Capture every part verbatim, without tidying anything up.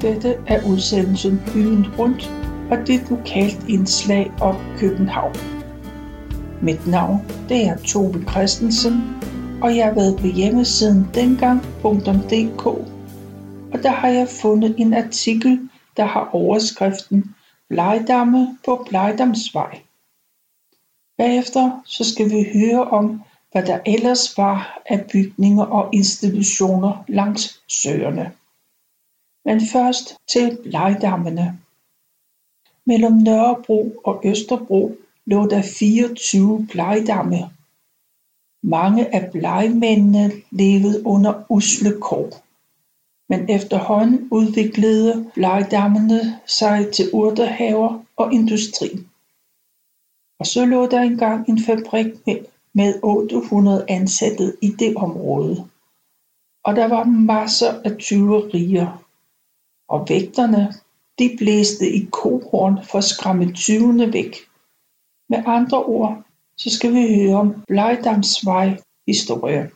Dette er udsendelsen Byen Rundt, og det er et lokalt indslag om København. Mit navn det er Tove Christensen, og jeg har været på hjemmesiden dengang punktum d k, og der har jeg fundet en artikel, der har overskriften Blegdamme på Blegdamsvej. Bagefter så skal vi høre om, hvad der ellers var af bygninger og institutioner langs søerne. Men først til Blegdammene. Mellem Nørrebro og Østerbro lå der fireogtyve blegdamme. Mange af blegmændene levede under usle kår. Men efterhånden udviklede blegdammene sig til urtehaver og industri. Og så lå der engang en fabrik med, med otte hundrede ansatte i det område. Og der var masser af tyverier. Og vægterne, de blæste i kohorn for at skræmme tyvene væk. Med andre ord, så skal vi høre om Blegdamsvej historie.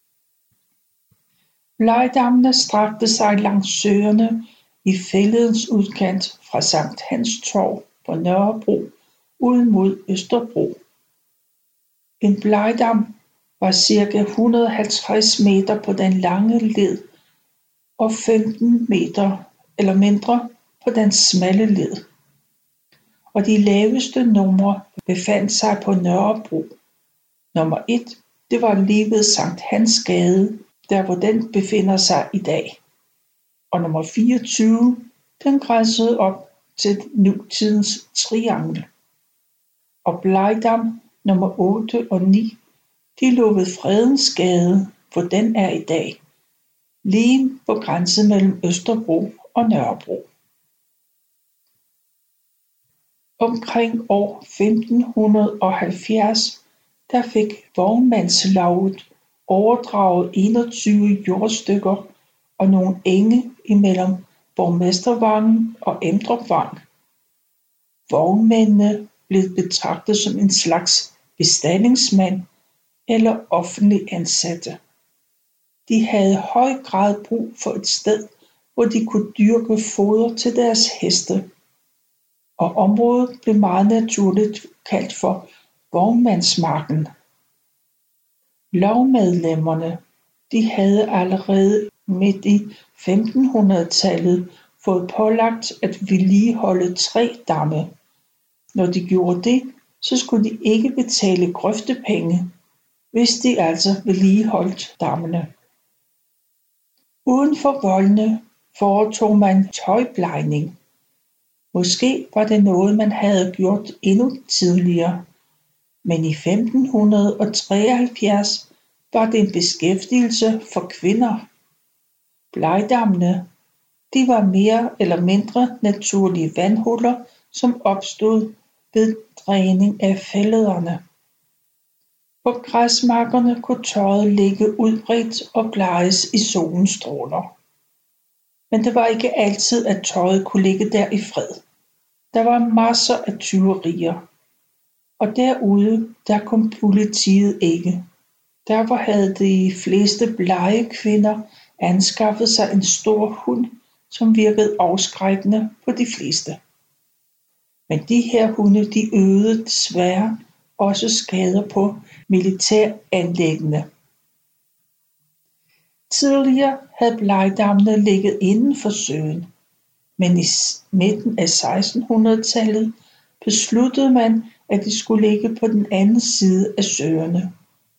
Blegdammene strakte sig langs søerne i fælledens udkant fra Sankt Hans Torv på Nørrebro ud mod Østerbro. En blegdam var ca. et hundrede og halvtreds meter på den lange led og femten meter eller mindre på den smalle led. Og de laveste numre befandt sig på Nørrebro. Nummer et, det var lige ved Sankt Hans Gade, der hvor den befinder sig i dag. Og nummer fireogtyve, den grænsede op til nutidens triangel. Og Blegdam nummer otte og ni, de lå ved Fredens Gade, hvor den er i dag, lige på grænsen mellem Østerbro og Nørrebro. Omkring år femten halvfjerds, der fik vognmandslavet overdraget enogtyve jordstykker og nogle enge imellem Borgmestervangen og Emdrupvang. Vognmændene blev betragtet som en slags bestallingsmand eller offentlig ansatte. De havde i høj grad brug for et sted, hvor de kunne dyrke foder til deres heste, og området blev meget naturligt kaldt for Vognmandsmarken. Lovmedlemmerne, de havde allerede midt i femtenhundredetallet fået pålagt at vedligeholde tre damme. Når de gjorde det, så skulle de ikke betale grøftepenge, hvis de altså vedligeholdt dammene. Uden for voldene foretog man tøjblejning. Måske var det noget, man havde gjort endnu tidligere, men i femten treoghalvfjerds var det en beskæftigelse for kvinder. Blegdammene, de var mere eller mindre naturlige vandhuller, som opstod ved dræning af fællederne. På græsmarkerne kunne tøjet ligge udbredt og bleges i solens stråler. Men det var ikke altid, at tøjet kunne ligge der i fred. Der var masser af tyverier. Og derude, der kom politiet ikke. Derfor havde de fleste blege kvinder anskaffet sig en stor hund, som virkede afskrækkende på de fleste. Men de her hunde, de øvede desværre også skader på militæranlæggene. Tidligere havde blegdammene ligget inden for søen, men i midten af sekstenhundredetallet besluttede man, at de skulle ligge på den anden side af søerne.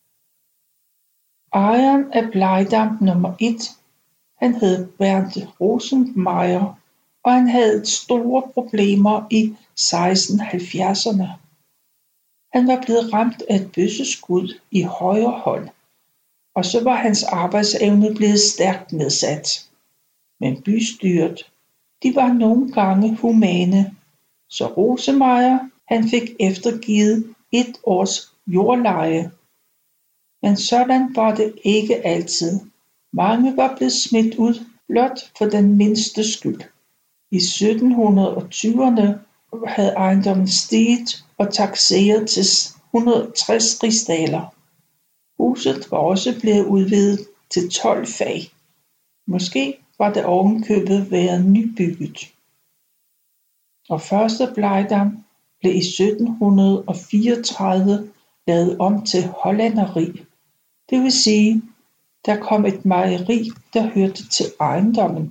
Ejeren af Blegdam nummer et, han hed Bernd Rosenmeier, og han havde store problemer i seksten halvfjerdserne. Han var blevet ramt af et bøsseskud i højre hånd, og så var hans arbejdsevne blevet stærkt nedsat. Men bystyret, de var nogle gange humane, så Rosenmeier, han fik eftergivet et års jordleje. Men sådan var det ikke altid. Mange var blevet smidt ud blot for den mindste skyld. I sytten tyverne havde ejendommen steget og takseret til et hundrede og tres rigsdaler. Huset var også blevet udvidet til tolv fag. Måske var det ovenkøbet været nybygget. Og første blegdam blev i sytten fireogtredive lavet om til hollanderi, det vil sige, der kom et mejeri, der hørte til ejendommen.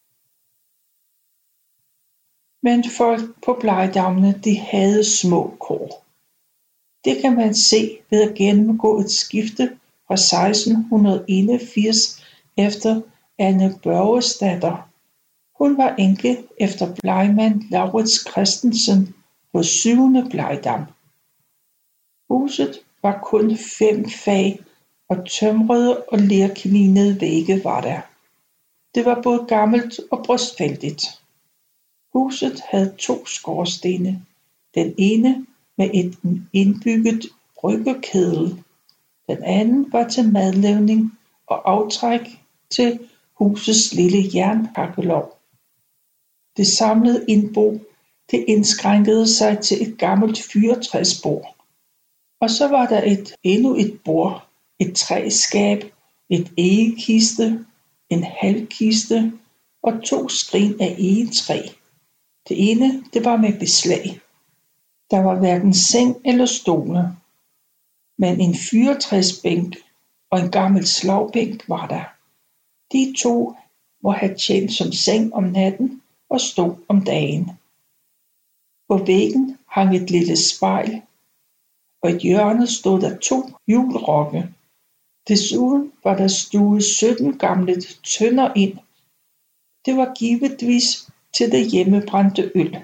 Men folk på blegdammene, de havde små kår. Det kan man se ved at gennemgå et skifte fra seksten enogfirs efter Anne Børgesdatter. Hun var enke efter blegmand Laurits Christensen på syvende blegdam. Huset var kun fem fag, og tømrede og lerklinede vægge var der. Det var både gammelt og brystfældigt. Huset havde to skorstene. Den ene med et indbygget bryggekedel. Den anden var til madlavning og aftræk til husets lille jernhakkelov. Det samlede indbo, det indskrænkede sig til et gammelt fyrretræsbord. Og så var der et endnu et bord, et træskab, et egekiste, en halvkiste og to skrin af egetræ. Det ene, det var med beslag. Der var hverken seng eller stole, men en fyrretræsbænk og en gammel slagbænk var der. De to må have tjent som seng om natten og stod om dagen. På væggen hang et lille spejl, og i et hjørne stod der to hjulrokke. Desuden var der stuet sytten gamle tønder ind. Det var givetvis til det hjemmebrændte øl.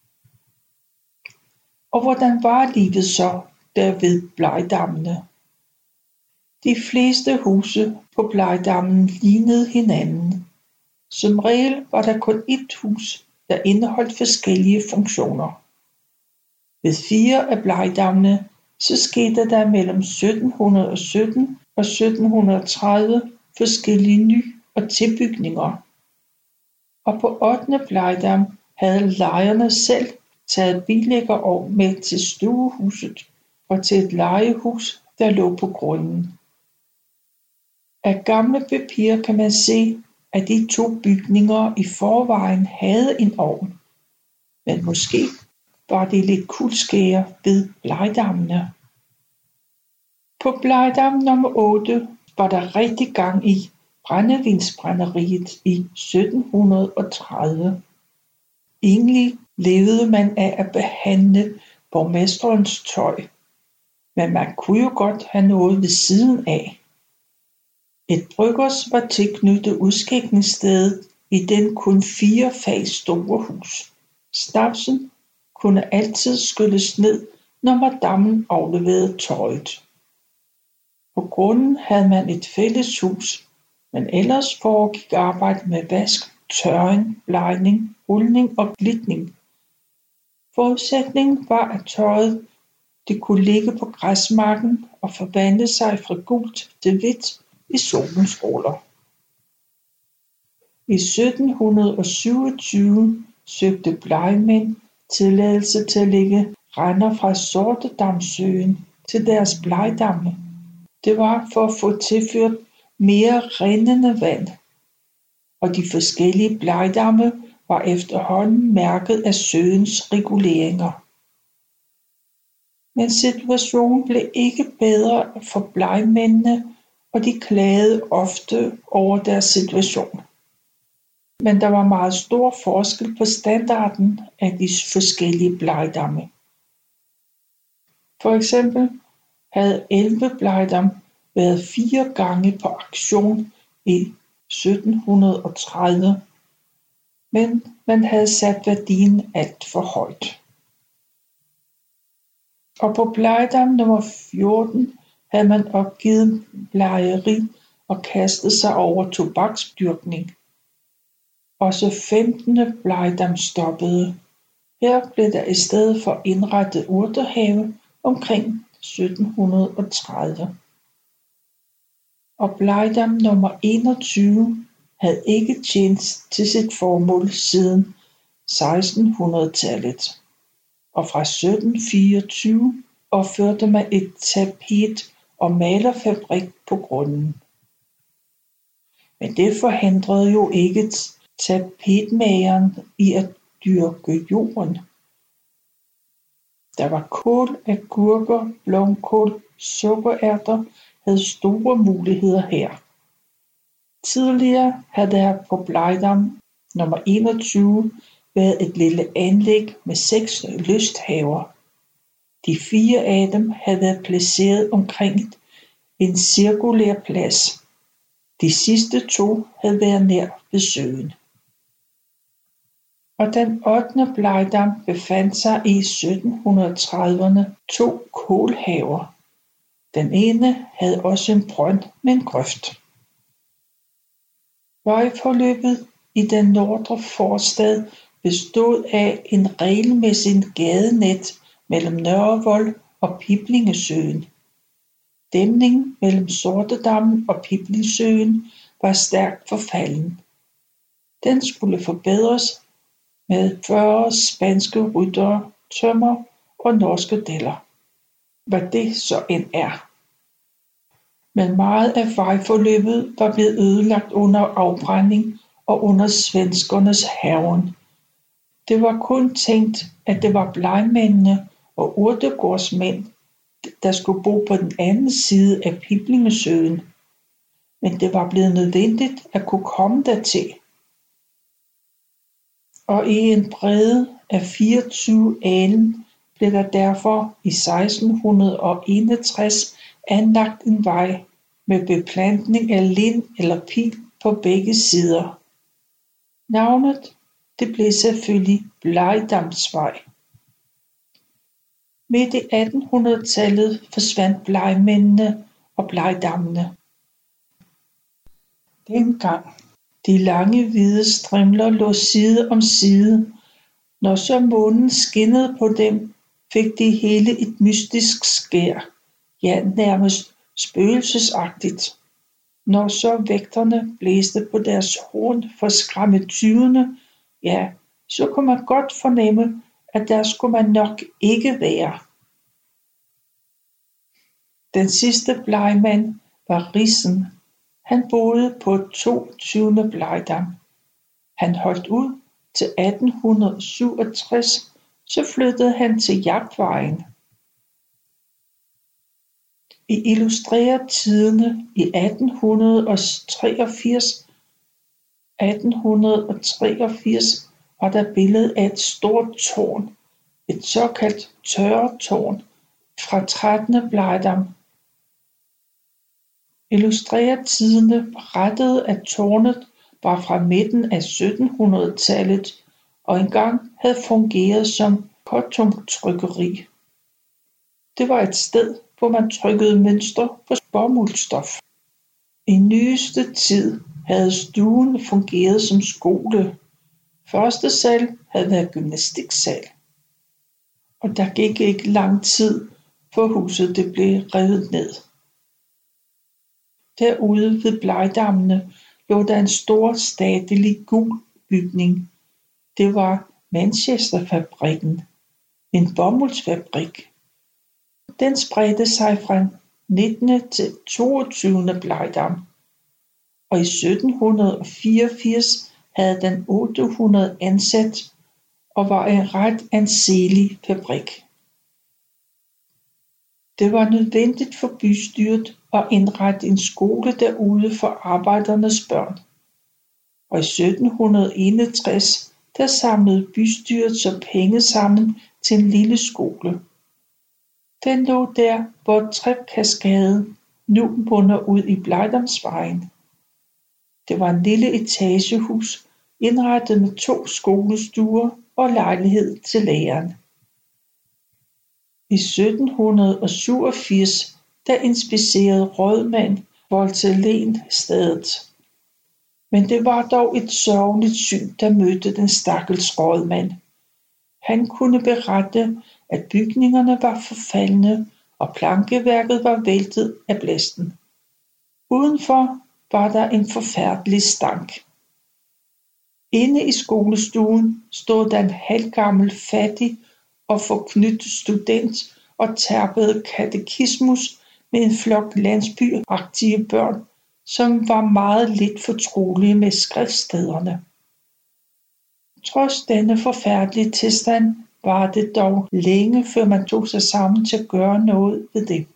Og hvordan var livet så der ved blegdammene? De fleste huse på blegdammen lignede hinanden. Som regel var der kun ét hus, der indeholdt forskellige funktioner. Ved fire af blegdammene så skete der mellem sytten sytten og sytten tredive forskellige ny- og tilbygninger. Og på ottende blegdam havde lejerne selv taget bilæggerovn med til stuehuset og til et legehus, der lå på grunden. Af gamle papir kan man se, at de to bygninger i forvejen havde en ovn, men måske var det lidt kuldskære ved blegdammene. På blegdam nummer otte var der rigtig gang i brændevinsbrænderiet i sytten tredive. Egentlig levede man af at behandle borgmesterens tøj, men man kunne jo godt have noget ved siden af. Et bryggers var tilknyttet udskænkningsstedet i den kun fire fag store hus. Snapsen kunne altid skylles ned, når madammen afleverede tøjet. På grunden havde man et fælles hus, men ellers foregik arbejde med vask, tørring, blegning, rulning og glitning. Forudsætningen var, at tøjet det kunne ligge på græsmarken og forvandle sig fra gult til hvidt i solens stråler. I sytten syvogtyve søgte blegmænd tilladelse til at lægge render fra Sortedamsøen til deres blegdamme. Det var for at få tilført mere rindende vand, og de forskellige blegdamme var efterhånden mærket af søens reguleringer. Men situationen blev ikke bedre for blegmændene, og de klagede ofte over deres situation. Men der var meget stor forskel på standarden af de forskellige blegdamme. For eksempel havde Elve blegdam været fire gange på aktion i sytten tredive, men man havde sat værdien alt for højt. Og på blegdam nummer fjorten havde man opgivet blegeri og kastet sig over tobaksdyrkning. Også femtende blegdam stoppede. Her blev der i stedet for indrettet urtehave omkring sytten tredive. Og blegdam nummer enogtyve havde ikke tjent til sit formål siden sekstenhundredetallet. Og fra sytten fireogtyve opførte man et tapet- og malerfabrik på grunden. Men det forhindrede jo ikke tapetmageren i at dyrke jorden. Der var kål, agurker, blomkål, sukkerærter havde store muligheder her. Tidligere havde der på Blegdam nummer enogtyve været et lille anlæg med seks lysthaver. De fire af dem havde været placeret omkring en cirkulær plads. De sidste to havde været nær ved søen. Og den ottende Blegdam befandt sig i sytten trediverne to kålhaver. Den ene havde også en brønd med en grøft. Vejforløbet i den nordre forstad bestod af en regelmæssig gadenet mellem Nørrevold og Piblingesøen. Dæmningen mellem Sortedammen og Piblingsøen var stærkt forfalden. Den skulle forbedres med fyrre spanske ryttere, tømmer og norske deller, hvad det så end er. Men meget af vejforløbet var blevet ødelagt under afbrænding og under svenskernes hærgen. Det var kun tænkt, at det var blegmændene og urtegårdsmænd, der skulle bo på den anden side af Piblingesøen. Men det var blevet nødvendigt at kunne komme dertil. Og i en brede af fireogtyve alen blev der derfor i seksten enogtres anlagt en vej med beplantning af lind eller pil på begge sider. Navnet det blev selvfølgelig Blegdamsvej. Midt i attenhundredetallet forsvandt blegmændene og blegdammene. Dengang de lange hvide strimler lå side om side, når så månen skinnede på dem, fik de hele et mystisk skær, ja nærmest spøgelsesagtigt. Når så vægterne blæste på deres horn for at skræmme tyvene, ja, så kunne man godt fornemme, at der skulle man nok ikke være. Den sidste blegmand var Rissen. Han boede på toogtyvende Blegdam. Han holdt ud til atten syvogtres, så flyttede han til Jagtvejen. I Illustreret Tidende i atten treogfirs, atten treogfirs var der billede af et stort tårn, et såkaldt tørretårn fra trettende Blegdam. Illustreret Tidende berettede, at tårnet var fra midten af syttenhundredetallet og engang havde fungeret som påtungtrykkeri. Det var et sted, hvor man trykkede mønster på bomuldstof. I nyeste tid havde stuen fungeret som skole. Første sal havde været gymnastiksal. Og der gik ikke lang tid, for huset det blev revet ned. Derude ved Blegdammene lå der en stor statelig gul bygning. Det var Manchesterfabrikken, en bomuldsfabrik. Den spredte sig fra nittende til toogtyvende Blegdam, og i sytten fireogfirs havde den otte hundrede ansat og var en ret anselig fabrik. Det var nødvendigt for bystyret at indrette en skole derude for arbejdernes børn, og i sytten enogtres der samlede bystyret så penge sammen til en lille skole. Den lå der, hvor Trepkaskade nu munder ud i Blegdamsvejen. Det var en lille etagehus, indrettet med to skolestuer og lejlighed til læreren. I sytten syvogfirs der inspicerede rådmand Voltelén stedet. Men det var dog et sørgeligt syn, der mødte den stakkels rådmand. Han kunne berette, at bygningerne var forfaldne, og plankeværket var væltet af blæsten. Udenfor var der en forfærdelig stank. Inde i skolestuen stod der en halvgammel, fattig og forknyt student og terpede katekismus med en flok landsbyagtige børn, som var meget lidt fortrolige med skriftstederne. Trods denne forfærdelige tilstand var det dog længe før man tog sig sammen til at gøre noget ved det.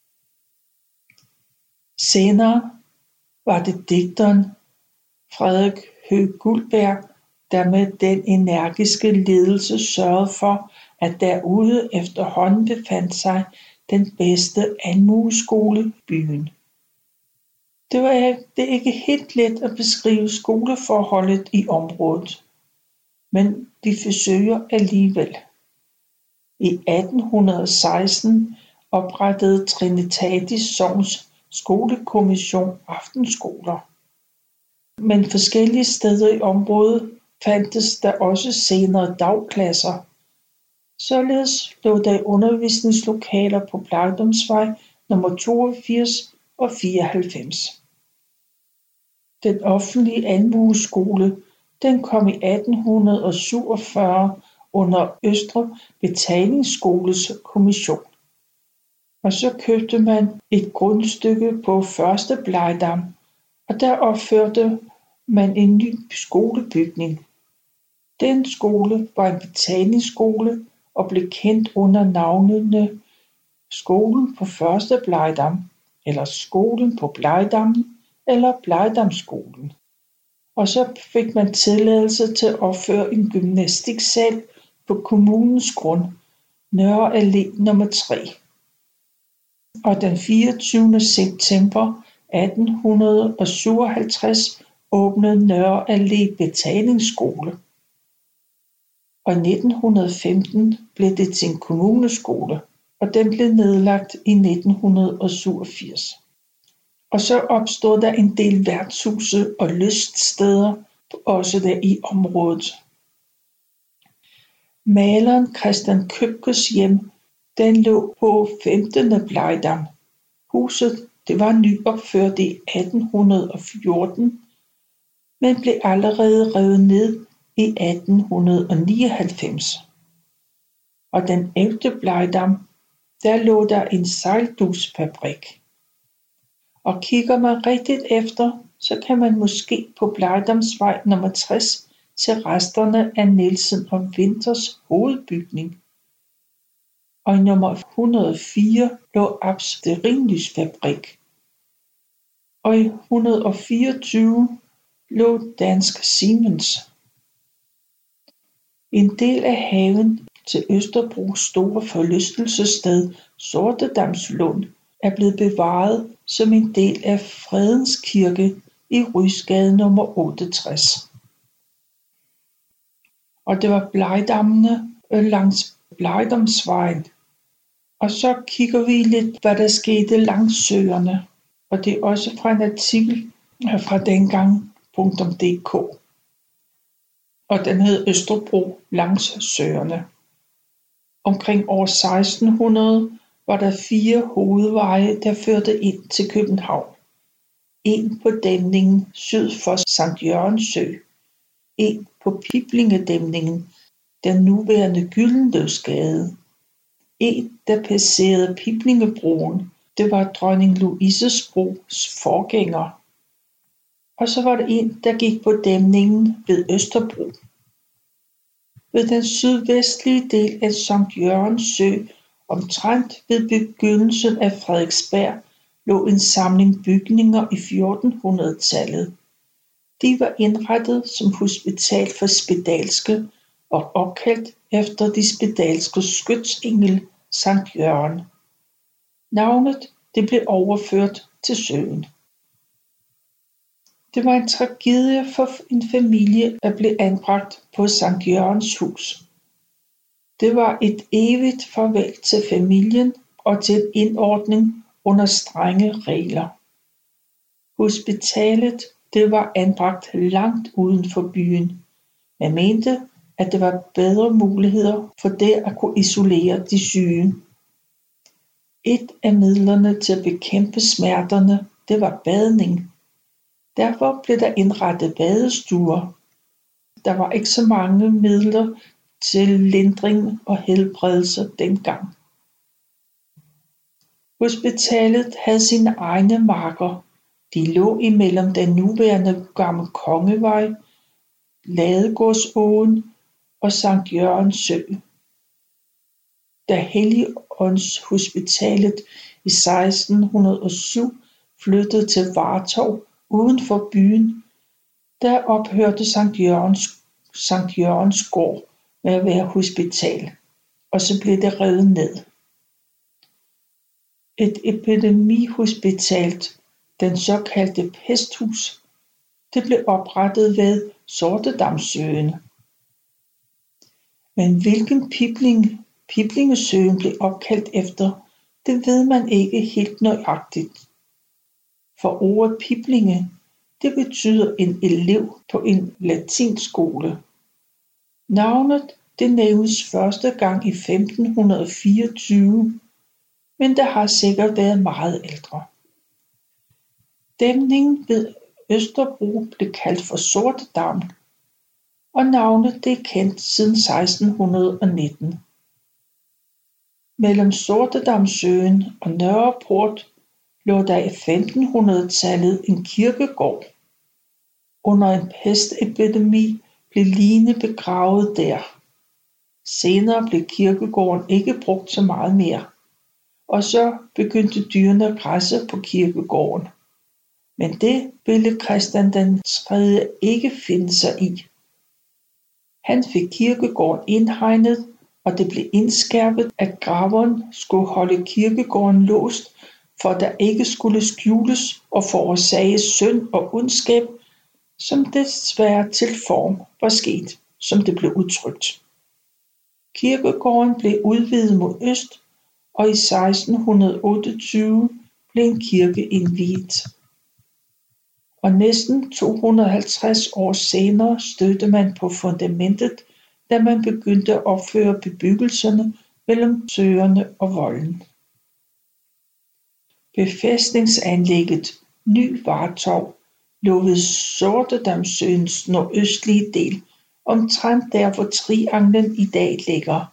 Senere var det digteren Frederik Høegh Guldberg, der med den energiske ledelse sørgede for, at derude efterhånden befandt sig den bedste almueskole i byen. Det var det ikke helt let at beskrive skoleforholdet i området, men vi forsøger alligevel. I atten seksten oprettede Trinitatis Sogns skolekommission aftenskoler. Men forskellige steder i området fandtes der også senere dagklasser. Således lå der undervisningslokaler på Plejdomsvej nummer toogfirs og fireoghalvfems. Den offentlige almueskole, den kom i atten syvogfyrre under Østre Betalingsskoles kommission. Og så købte man et grundstykke på Første Blejdam, og der opførte man en ny skolebygning. Den skole var en betalingsskole og blev kendt under navnene Skolen på Første Blejdam, eller Skolen på Blejdammen, eller Blejdamsskolen. Og så fik man tilladelse til at opføre en gymnastiksal på kommunens grund, Nørre Allé nummer tre. Og den fireogtyvende september atten syvoghalvtreds åbnede Nørre Allé Betalingsskole. Og i nitten femten blev det til en kommuneskole, og den blev nedlagt i nitten syvogfirs. Og så opstod der en del værtshuse og lyststeder, også der i området. Maleren Christian Købkes hjem, den lå på femtende Blejdam. Huset, det var nyopført i atten fjorten, men blev allerede revet ned i atten nioghalvfems. Og den ellevte Blejdam, der lå der en sejldusfabrik. Og kigger man rigtigt efter, så kan man måske på Blejdamsvej nummer tres se resterne af Nielsen og Winters hovedbygning. Og i nummer et hundrede og fire lå Abs stearinlysfabrik. Og i et hundrede og fireogtyve lå Dansk Siemens. En del af haven til Østerbros store forlystelsessted Sortedamslund er blevet bevaret som en del af Fredens Kirke i Rysgade nummer otteogtres. Og det var Blegdammene langs Blejdamsvejen. Og så kigger vi lidt, hvad der skete langs søerne. Og det er også fra en artikel fra dengang punktum d k. Og den hed Østerbro langs søerne. Omkring år seksten hundrede var der fire hovedveje, der førte ind til København. En på dæmningen syd for Sankt Jørgens Sø. En på Piblingedæmningen, den nuværende Gyldenløvsgade. En, der passerede Piblingebroen, det var dronning Louises bros forgænger. Og så var der en, der gik på dæmningen ved Østerbro. Ved den sydvestlige del af Sankt Jørgens Sø, omtrent ved begyndelsen af Frederiksberg, lå en samling bygninger i fjortenhundredetallet. De var indrettet som hospital for spedalske og opkaldt efter de spedalske skytsengel Sankt Jørgen. Navnet det blev overført til søen. Det var en tragedie for en familie at blive anbragt på Sankt Jørgens hus. Det var et evigt farvel til familien og til en indordning under strenge regler. Hospitalet det var anbragt langt uden for byen. Man mente, at der var bedre muligheder for det at kunne isolere de syge. Et af midlerne til at bekæmpe smerterne, det var badning. Derfor blev der indrettet badestuer. Der var ikke så mange midler til lindring og helbredelse dengang. Hospitalet havde sine egne marker, De lå imellem den nuværende Gammel Kongevej, Ladegårdsåen og Sankt Jørgens Sø. Da Helligåndshospitalet i seksten hundrede og syv flyttede til Vartov uden for byen, der ophørte Sankt Jørgens, Sankt Jørgens gård med at være hospital, og så blev det revet ned. Et epidemihospital, den såkaldte pesthus, det blev oprettet ved Sortedamssøen. Men hvilken pibling Piblingesøen blev opkaldt efter, det ved man ikke helt nøjagtigt. For ordet piblinge, det betyder en elev på en latinskole. Navnet, det nævnes første gang i femten fireogtyve, men det har sikkert været meget ældre. Dæmningen ved Østerbro blev kaldt for Sortedam, og navnet det er kendt siden seksten nitten. Mellem Sortedamssøen og Nørreport lå der i femtenhundredetallet en kirkegård. Under en pestepidemi blev ligene begravet der. Senere blev kirkegården ikke brugt så meget mere, og så begyndte dyrene at græsse på kirkegården. Men det ville Christian den tredje ikke finde sig i. Han fik kirkegården indhegnet, og det blev indskærpet, at graveren skulle holde kirkegården låst, for der ikke skulle skjules og forårsage synd og ondskab, som desværre til form var sket, som det blev udtrykt. Kirkegården blev udvidet mod øst, og i seksten otteogtyve blev en kirke indviet. Og næsten to hundrede og halvtreds år senere stødte man på fundamentet, da man begyndte at opføre bebyggelserne mellem søerne og volden. Befæstningsanlægget Ny Vartov lå ved Sortedamssøens nordøstlige del, omtrent der hvor trianglen i dag ligger.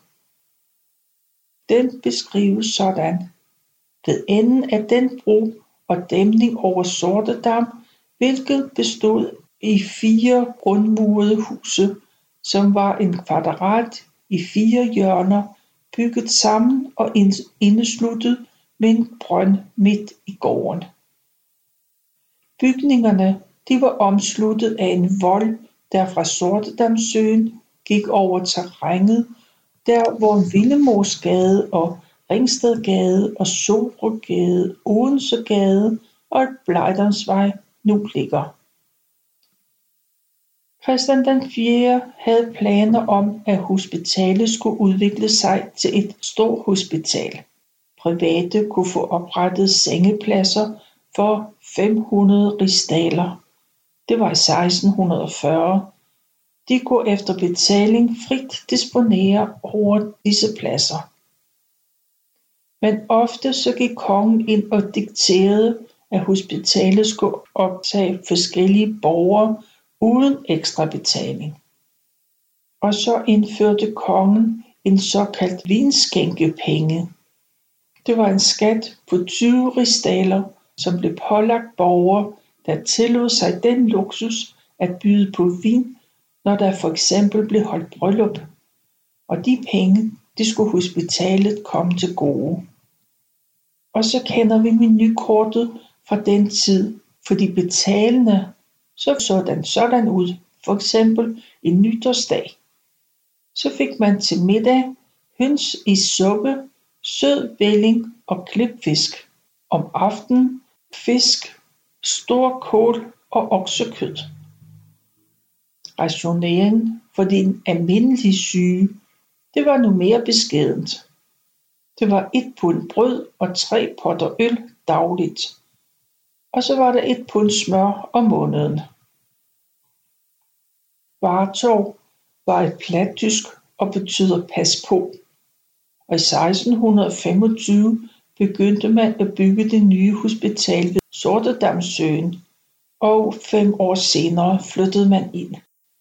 Den beskrives sådan: ved enden af den bro og dæmning over Sortedam, hvilket bestod i fire grundmurede huse, som var en kvadrat i fire hjørner, bygget sammen og indesluttet med en brønd midt i gården. Bygningerne de var omsluttet af en vold, der fra Sortedamssøen gik over terrænet, der hvor Villemorsgade og Ringstedgade og Solrødgade, Odensegade og Blejdomsvej nu ligger. Christian den fjerde havde planer om, at hospitalet skulle udvikle sig til et stort hospital. Private kunne få oprettet sengepladser for fem hundrede rigsdaler. Det var i seksten fyrre. De kunne efter betaling frit disponere over disse pladser. Men ofte så gik kongen ind og dikterede, at hospitalet skulle optage forskellige borgere uden ekstra betaling. Og så indførte kongen en såkaldt vinskænkepenge. Det var en skat på tyve rigsdaler, som blev pålagt borgere, der tillod sig den luksus at byde på vin, når der for eksempel blev holdt bryllup. Og de penge, de skulle hospitalet komme til gode. Og så kender vi menukortet fra den tid, for de betalende, så så den sådan ud. For eksempel en nytårsdag. Så fik man til middag høns i suppe, sød velling og klipfisk. Om aftenen fisk, stor kål og oksekød. Rationeringen for de almindelige syge, det var nu mere beskedent. Det var et pund brød og tre potter øl dagligt. Og så var der et pund smør om måneden. Vartov var et plattysk og betyder pas på. Og i seksten femogtyve begyndte man at bygge det nye hospital ved Sortedamssøen, og fem år senere flyttede man ind.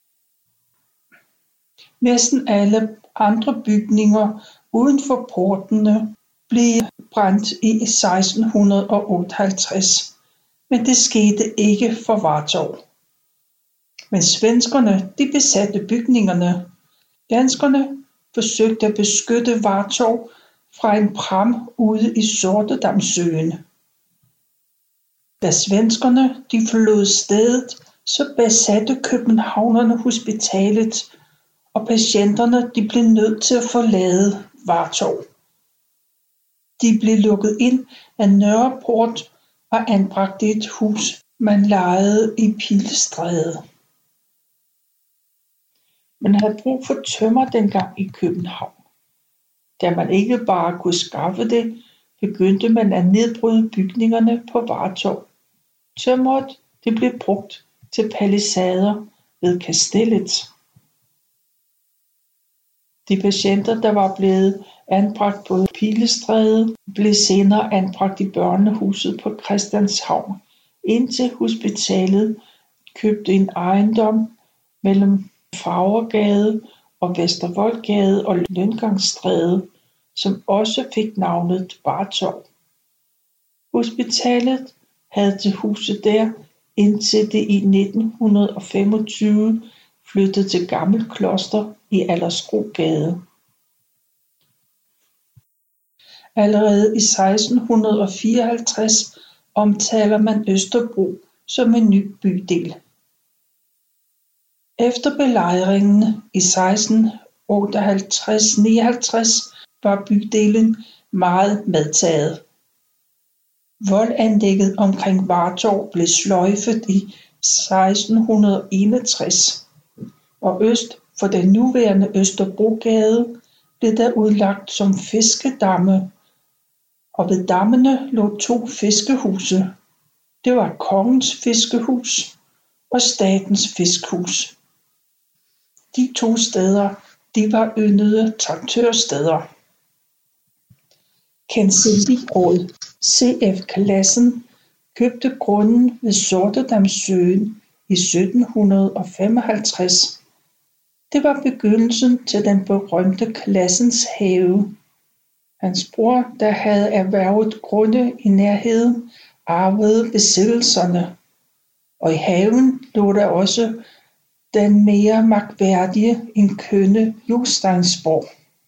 Næsten alle andre bygninger uden for portene blev brændt i seksten otteoghalvtreds. men det skete ikke for Vartov. Men svenskerne, de besatte bygningerne. Danskerne forsøgte at beskytte Vartov fra en pram ude i Sortedamsøen. Da svenskerne de forlod stedet, så besatte københavnerne hospitalet, og patienterne de blev nødt til at forlade Vartov. De blev lukket ind af Nørreport og anbragt i et hus, man lejede i Pilestræde. Man havde brug for tømmer dengang i København. Da man ikke bare kunne skaffe det, begyndte man at nedbryde bygningerne på Vartov. Tømmeret det blev brugt til palisader ved kastellet. De patienter, der var blevet anbragt på Pilestræde, blev senere anbragt i børnehuset på Christianshavn, indtil hospitalet købte en ejendom mellem Farvergade og Vestervoldgade og Løngangstræde, som også fik navnet Vartov. Hospitalet havde til huset der, indtil det i nitten femogtyve flyttede til Gammel Kloster i Aldersrogade. Allerede i seksten fireoghalvtreds omtaler man Østerbro som en ny bydel. Efter belejringen i seksten otteoghalvtreds nioghalvtreds var bydelen meget medtaget. Voldanlægget omkring Vartov blev sløjfet i seksten enogtres, og øst for den nuværende Østerbrogade blev der udlagt som fiskedamme, og ved dammene lå to fiskehuse. Det var Kongens Fiskehus og Statens Fiskhus. De to steder, de var yndede traktørsteder. Kancellirådet C F Classen købte grunden ved Sortedamsøen i sytten femoghalvtreds. Det var begyndelsen til den berømte Classens Have. Hans bror, der havde erhvervet grunde i nærheden, arvede besiddelserne, og i haven lå der også den mere magtværdige end kønne Josteinsborg.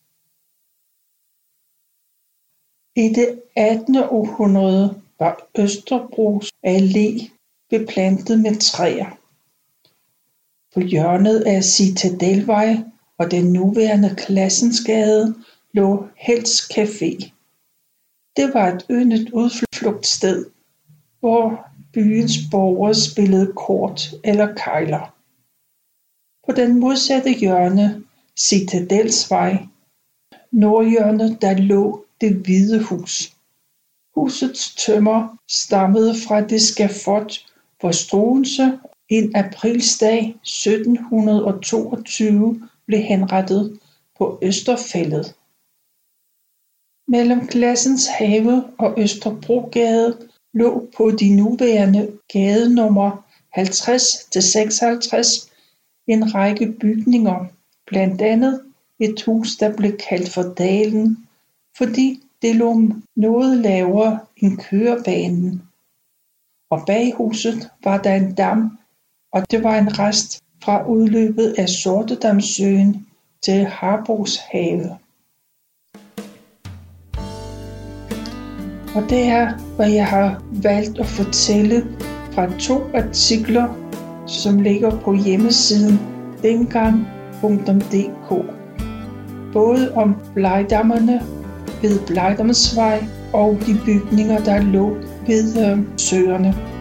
I det attende århundrede var Østerbros allé beplantet med træer. På hjørnet af Citadelvej og den nuværende Classensgade lå Hells Café. Det var et yndet udflugtssted, hvor byens borgere spillede kort eller kegler. På den modsatte hjørne, Citadelsvej, nordhjørnet, der lå Det Hvide Hus. Husets tømmer stammede fra det skafot, hvor Struensee en aprilsdag sytten toogtyve blev henrettet på Østerfællet. Mellem Classens Have og Østerbrogade lå på de nuværende gadenummer halvtreds til seksoghalvtreds en række bygninger, blandt andet et hus, der blev kaldt for Dalen, fordi det lå noget lavere end kørebanen. Og bag huset var der en dam, og det var en rest fra udløbet af Sortedamsøen til Harbos Have. Og det er, hvad jeg har valgt at fortælle fra to artikler, som ligger på hjemmesiden dengang punktum d k. Både om blegdammerne ved Blegdamsvej og de bygninger, der lå ved øh, søerne.